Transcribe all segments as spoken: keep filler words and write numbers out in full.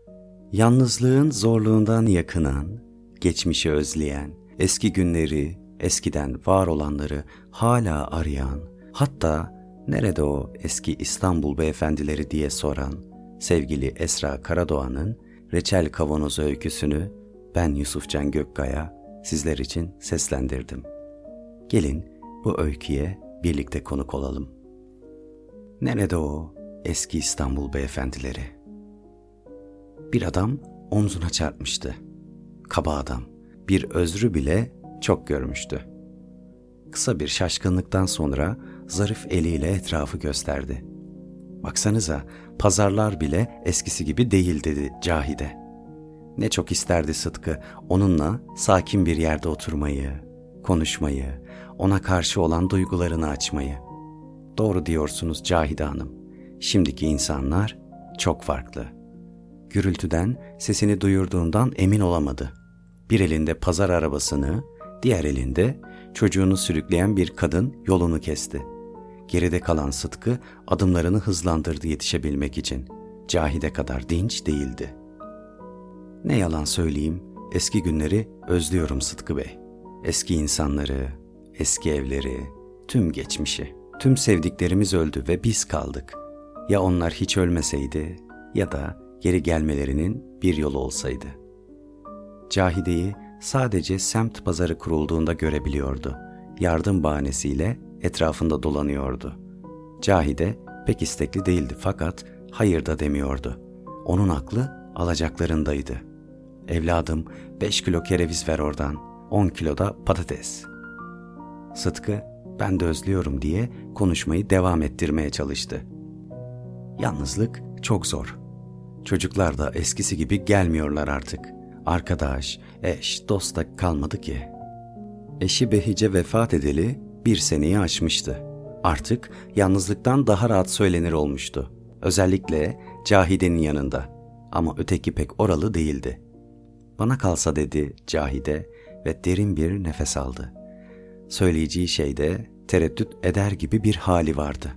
Yalnızlığın zorluğundan yakınan, geçmişi özleyen, eski günleri, eskiden var olanları hala arayan, hatta nerede o eski İstanbul beyefendileri diye soran sevgili Esra Karadoğan'ın Reçel Kavanozu öyküsünü ben Yusufcan Gökkaya sizler için seslendirdim. Gelin bu öyküye birlikte konuk olalım. Nerede o eski İstanbul beyefendileri? Bir adam omzuna çarpmıştı. Kaba adam. Bir özrü bile çok görmüştü. Kısa bir şaşkınlıktan sonra zarif eliyle etrafı gösterdi. Baksanıza, pazarlar bile eskisi gibi değil dedi Cahide. Ne çok isterdi Sıtkı onunla sakin bir yerde oturmayı, konuşmayı, ona karşı olan duygularını açmayı. Doğru diyorsunuz Cahide Hanım. Şimdiki insanlar çok farklı. Gürültüden sesini duyurduğundan emin olamadı. Bir elinde pazar arabasını, diğer elinde çocuğunu sürükleyen bir kadın yolunu kesti. Geride kalan Sıtkı adımlarını hızlandırdı yetişebilmek için. Cahide kadar dinç değildi. Ne yalan söyleyeyim, eski günleri özlüyorum Sıtkı Bey. Eski insanları, eski evleri, tüm geçmişi. Tüm sevdiklerimiz öldü ve biz kaldık. Ya onlar hiç ölmeseydi ya da geri gelmelerinin bir yolu olsaydı. Cahide'yi sadece semt pazarı kurulduğunda görebiliyordu. Yardım bahanesiyle etrafında dolanıyordu. Cahide pek istekli değildi fakat hayır da demiyordu. Onun aklı alacaklarındaydı. Evladım beş kilo kereviz ver oradan, on kilo da patates. Sıtkı ben de özlüyorum diye konuşmayı devam ettirmeye çalıştı. Yalnızlık çok zor. Çocuklar da eskisi gibi gelmiyorlar artık. Arkadaş, eş, dost da kalmadı ki. Eşi Behice vefat edeli bir seneyi aşmıştı. Artık yalnızlıktan daha rahat söylenir olmuştu. Özellikle Cahide'nin yanında. Ama öteki pek oralı değildi. Bana kalsa dedi Cahide ve derin bir nefes aldı. Söyleyeceği şeyde tereddüt eder gibi bir hali vardı.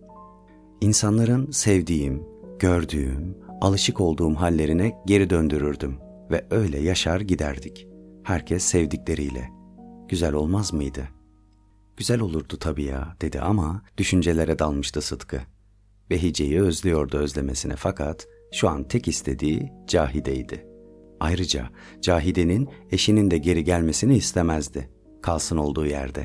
İnsanların sevdiğim, gördüğüm, alışık olduğum hallerine geri döndürürdüm ve öyle yaşar giderdik. Herkes sevdikleriyle. Güzel olmaz mıydı? Güzel olurdu tabii ya dedi ama düşüncelere dalmıştı Sıtkı. Behice'yi özlüyordu özlemesine fakat şu an tek istediği Cahide'ydi. Ayrıca Cahide'nin eşinin de geri gelmesini istemezdi. Kalsın olduğu yerde.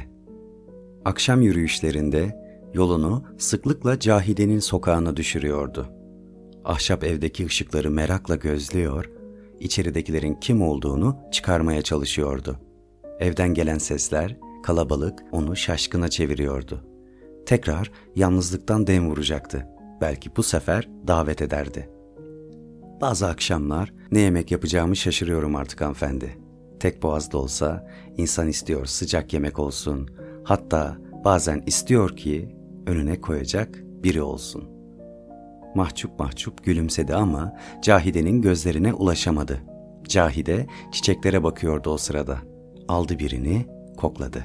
Akşam yürüyüşlerinde yolunu sıklıkla Cahide'nin sokağına düşürüyordu. Ahşap evdeki ışıkları merakla gözlüyor, içeridekilerin kim olduğunu çıkarmaya çalışıyordu. Evden gelen sesler, kalabalık onu şaşkına çeviriyordu. Tekrar yalnızlıktan dem vuracaktı. Belki bu sefer davet ederdi. Bazı akşamlar ne yemek yapacağımı şaşırıyorum artık hanımefendi. Tek boğazda olsa insan istiyor sıcak yemek olsun. Hatta bazen istiyor ki önüne koyacak biri olsun. Mahcup mahcup gülümsedi ama Cahide'nin gözlerine ulaşamadı. Cahide çiçeklere bakıyordu o sırada. Aldı birini, kokladı.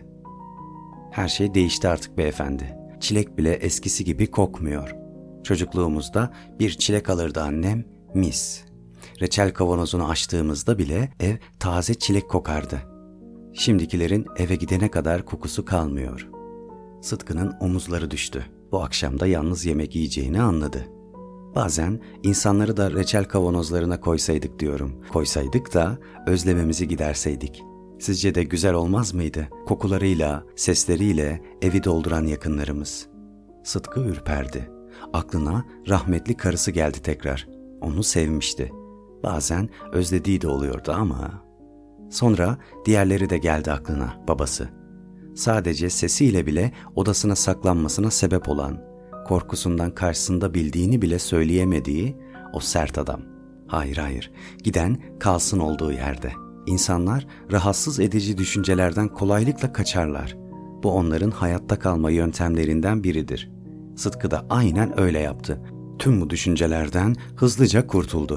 Her şey değişti artık beyefendi. Çilek bile eskisi gibi kokmuyor. Çocukluğumuzda bir çilek alırdı annem, mis. Reçel kavanozunu açtığımızda bile ev taze çilek kokardı. Şimdikilerin eve gidene kadar kokusu kalmıyor. Sıtkı'nın omuzları düştü. Bu akşam da yalnız yemek yiyeceğini anladı. Bazen insanları da reçel kavanozlarına koysaydık diyorum. Koysaydık da özlememizi giderseydik. Sizce de güzel olmaz mıydı? Kokularıyla, sesleriyle evi dolduran yakınlarımız. Sıtkı ürperdi. Aklına rahmetli karısı geldi tekrar. Onu sevmişti. Bazen özlediği de oluyordu ama... Sonra diğerleri de geldi aklına, babası. Sadece sesiyle bile odasına saklanmasına sebep olan, korkusundan karşısında bildiğini bile söyleyemediği o sert adam. Hayır hayır, giden kalsın olduğu yerde. İnsanlar rahatsız edici düşüncelerden kolaylıkla kaçarlar. Bu onların hayatta kalma yöntemlerinden biridir. Sıtkı da aynen öyle yaptı. Tüm bu düşüncelerden hızlıca kurtuldu.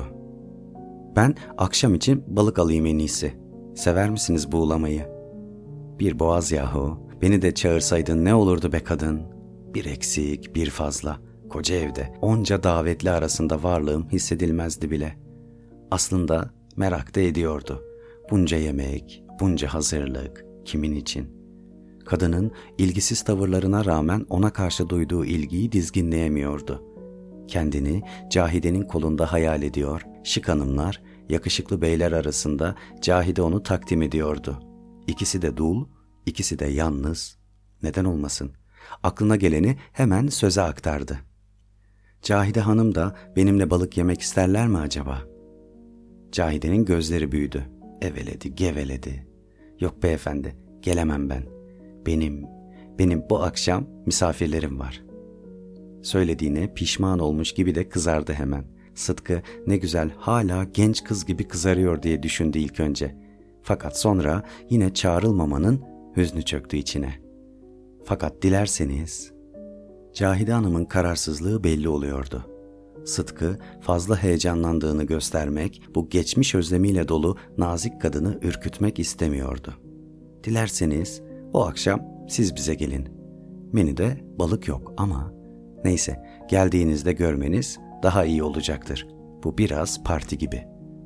Ben akşam için balık alayım en iyisi. Sever misiniz buğulamayı? Bir boğaz yahu. Beni de çağırsaydın ne olurdu be kadın? Bir eksik, bir fazla. Koca evde onca davetli arasında varlığım hissedilmezdi bile. Aslında merak da ediyordu. Bunca yemek, bunca hazırlık, kimin için? Kadının ilgisiz tavırlarına rağmen ona karşı duyduğu ilgiyi dizginleyemiyordu. Kendini Cahide'nin kolunda hayal ediyor, şık hanımlar, yakışıklı beyler arasında Cahide onu takdim ediyordu. İkisi de dul, ikisi de yalnız. Neden olmasın? Aklına geleni hemen söze aktardı. Cahide hanım da benimle balık yemek isterler mi acaba? Cahide'nin gözleri büyüdü. Eveledi, geveledi. Yok beyefendi, gelemem ben. Benim, benim bu akşam misafirlerim var. Söylediğine pişman olmuş gibi de kızardı hemen. Sıtkı ne güzel hala genç kız gibi kızarıyor diye düşündü ilk önce. Fakat sonra yine çağrılmamanın hüznü çöktü içine. Fakat dilerseniz... Cahide Hanım'ın kararsızlığı belli oluyordu. Sıtkı fazla heyecanlandığını göstermek, bu geçmiş özlemiyle dolu nazik kadını ürkütmek istemiyordu. Dilerseniz o akşam siz bize gelin. Menüde balık yok ama neyse geldiğinizde görmeniz daha iyi olacaktır. Bu biraz parti gibi.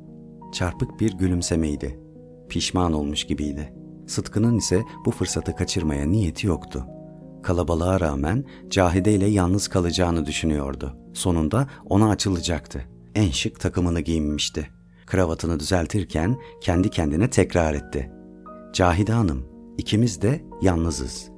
Çarpık bir gülümsemeydi. Pişman olmuş gibiydi. Sıtkı'nın ise bu fırsatı kaçırmaya niyeti yoktu. Kalabalığa rağmen Cahide ile yalnız kalacağını düşünüyordu. Sonunda ona açılacaktı. En şık takımını giyinmişti. Kravatını düzeltirken kendi kendine tekrar etti. Cahide Hanım, ikimiz de yalnızız.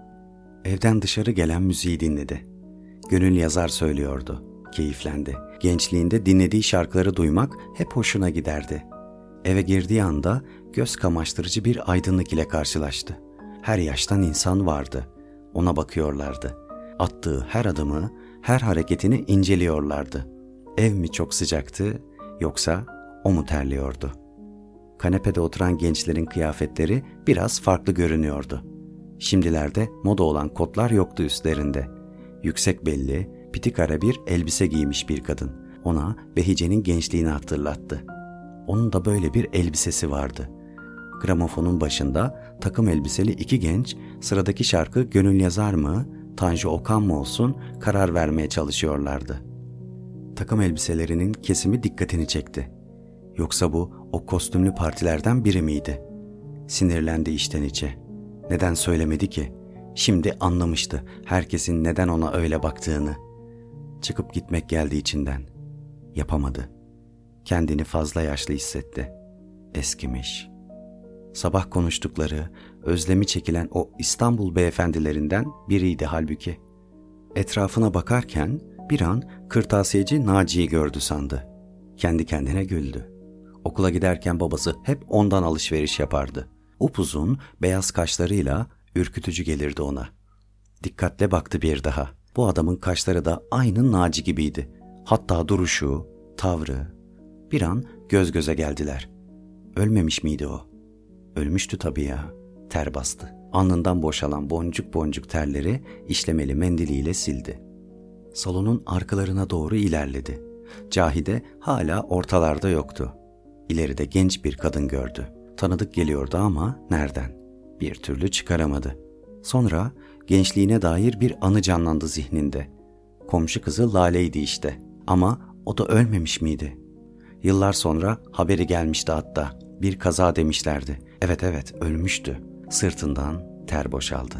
Evden dışarı gelen müziği dinledi. Gönül Yazar söylüyordu. Keyiflendi. Gençliğinde dinlediği şarkıları duymak hep hoşuna giderdi. Eve girdiği anda göz kamaştırıcı bir aydınlık ile karşılaştı. Her yaştan insan vardı. Ona bakıyorlardı. Attığı her adımı, her hareketini inceliyorlardı. Ev mi çok sıcaktı, yoksa o mu terliyordu? Kanepede oturan gençlerin kıyafetleri biraz farklı görünüyordu. Şimdilerde moda olan kotlar yoktu üstlerinde. Yüksek belli, pitik ara bir elbise giymiş bir kadın. Ona Behice'nin gençliğini hatırlattı. Onun da böyle bir elbisesi vardı. Gramofonun başında takım elbiseli iki genç sıradaki şarkı Gönül Yazar mı, Tanju Okan mı olsun karar vermeye çalışıyorlardı. Takım elbiselerinin kesimi dikkatini çekti. Yoksa bu o kostümlü partilerden biri miydi? Sinirlendi içten içe. Neden söylemedi ki? Şimdi anlamıştı herkesin neden ona öyle baktığını. Çıkıp gitmek geldi içinden. Yapamadı. Kendini fazla yaşlı hissetti. Eskimiş. Sabah konuştukları, özlemi çekilen o İstanbul beyefendilerinden biriydi halbuki. Etrafına bakarken bir an kırtasiyeci Naci'yi gördü sandı. Kendi kendine güldü. Okula giderken babası hep ondan alışveriş yapardı. Upuzun, beyaz kaşlarıyla ürkütücü gelirdi ona. Dikkatle baktı bir daha. Bu adamın kaşları da aynı Naci gibiydi. Hatta duruşu, tavrı. Bir an göz göze geldiler. Ölmemiş miydi o? Ölmüştü tabii ya. Ter bastı. Alnından boşalan boncuk boncuk terleri işlemeli mendiliyle sildi. Salonun arkalarına doğru ilerledi. Cahide hala ortalarda yoktu. İleride genç bir kadın gördü. Tanıdık geliyordu ama nereden? Bir türlü çıkaramadı. Sonra gençliğine dair bir anı canlandı zihninde. Komşu kızı Lale'ydi işte. Ama o da ölmemiş miydi? Yıllar sonra haberi gelmişti hatta. Bir kaza demişlerdi. Evet evet ölmüştü. Sırtından ter boşaldı.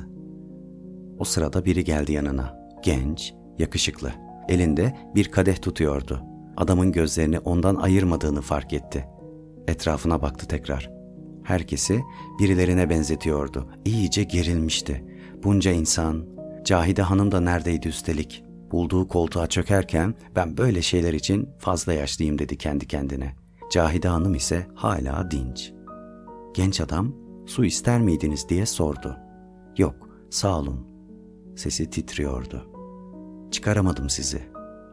O sırada biri geldi yanına. Genç, yakışıklı. Elinde bir kadeh tutuyordu. Adamın gözlerini ondan ayırmadığını fark etti. Etrafına baktı tekrar. Herkesi birilerine benzetiyordu. İyice gerilmişti. Bunca insan. Cahide Hanım da neredeydi üstelik? Bulduğu koltuğa çökerken ben böyle şeyler için fazla yaşlıyım dedi kendi kendine. Cahide Hanım ise hala dinç. Genç adam su ister miydiniz diye sordu. Yok sağ olun. Sesi titriyordu. Çıkaramadım sizi.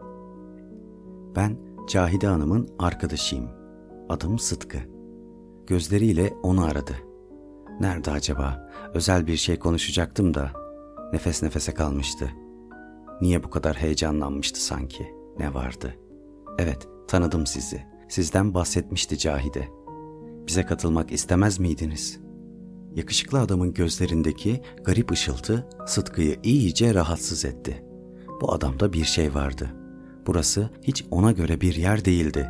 Ben Cahide Hanım'ın arkadaşıyım. Adım Sıtkı. Gözleriyle onu aradı. Nerede acaba? Özel bir şey konuşacaktım da nefes nefese kalmıştı. Niye bu kadar heyecanlanmıştı sanki? Ne vardı? Evet, tanıdım sizi. Sizden bahsetmişti Cahide. Bize katılmak istemez miydiniz? Yakışıklı adamın gözlerindeki garip ışıltı Sıtkı'yı iyice rahatsız etti. Bu adamda bir şey vardı. Burası hiç ona göre bir yer değildi.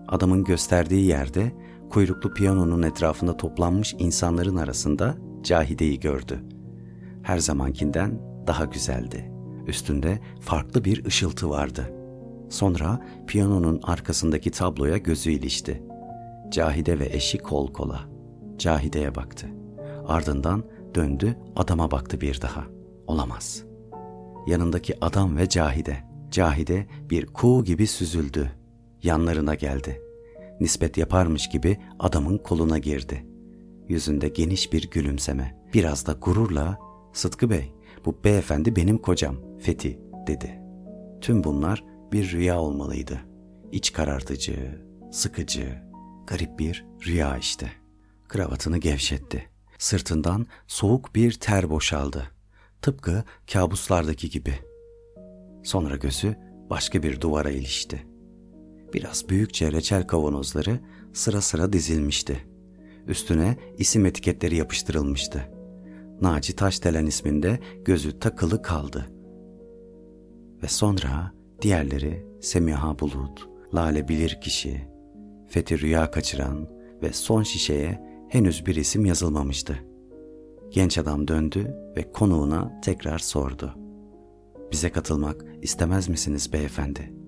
Adamın gösterdiği yerde kuyruklu piyanonun etrafında toplanmış insanların arasında Cahide'yi gördü. Her zamankinden daha güzeldi. Üstünde farklı bir ışıltı vardı. Sonra piyanonun arkasındaki tabloya gözü ilişti. Cahide ve eşi kol kola. Cahide'ye baktı. Ardından döndü, adama baktı bir daha. Olamaz. Yanındaki adam ve Cahide. Cahide bir kuğu gibi süzüldü. Yanlarına geldi. Nispet yaparmış gibi adamın koluna girdi. Yüzünde geniş bir gülümseme. Biraz da gururla, "Sıtkı Bey, bu beyefendi benim kocam, Fethi," dedi. Tüm bunlar bir rüya olmalıydı. İç karartıcı, sıkıcı, garip bir rüya işte. Kravatını gevşetti. Sırtından soğuk bir ter boşaldı. Tıpkı kabuslardaki gibi. Sonra gözü başka bir duvara ilişti. Biraz büyükçe reçel kavanozları sıra sıra dizilmişti. Üstüne isim etiketleri yapıştırılmıştı. Naci Taşdelen isminde gözü takılı kaldı. Ve sonra diğerleri Semiha Bulut, Lale Bilirkişi, Fethi Rüya Kaçıran ve son şişeye henüz bir isim yazılmamıştı. Genç adam döndü ve konuğuna tekrar sordu. "Bize katılmak istemez misiniz beyefendi?"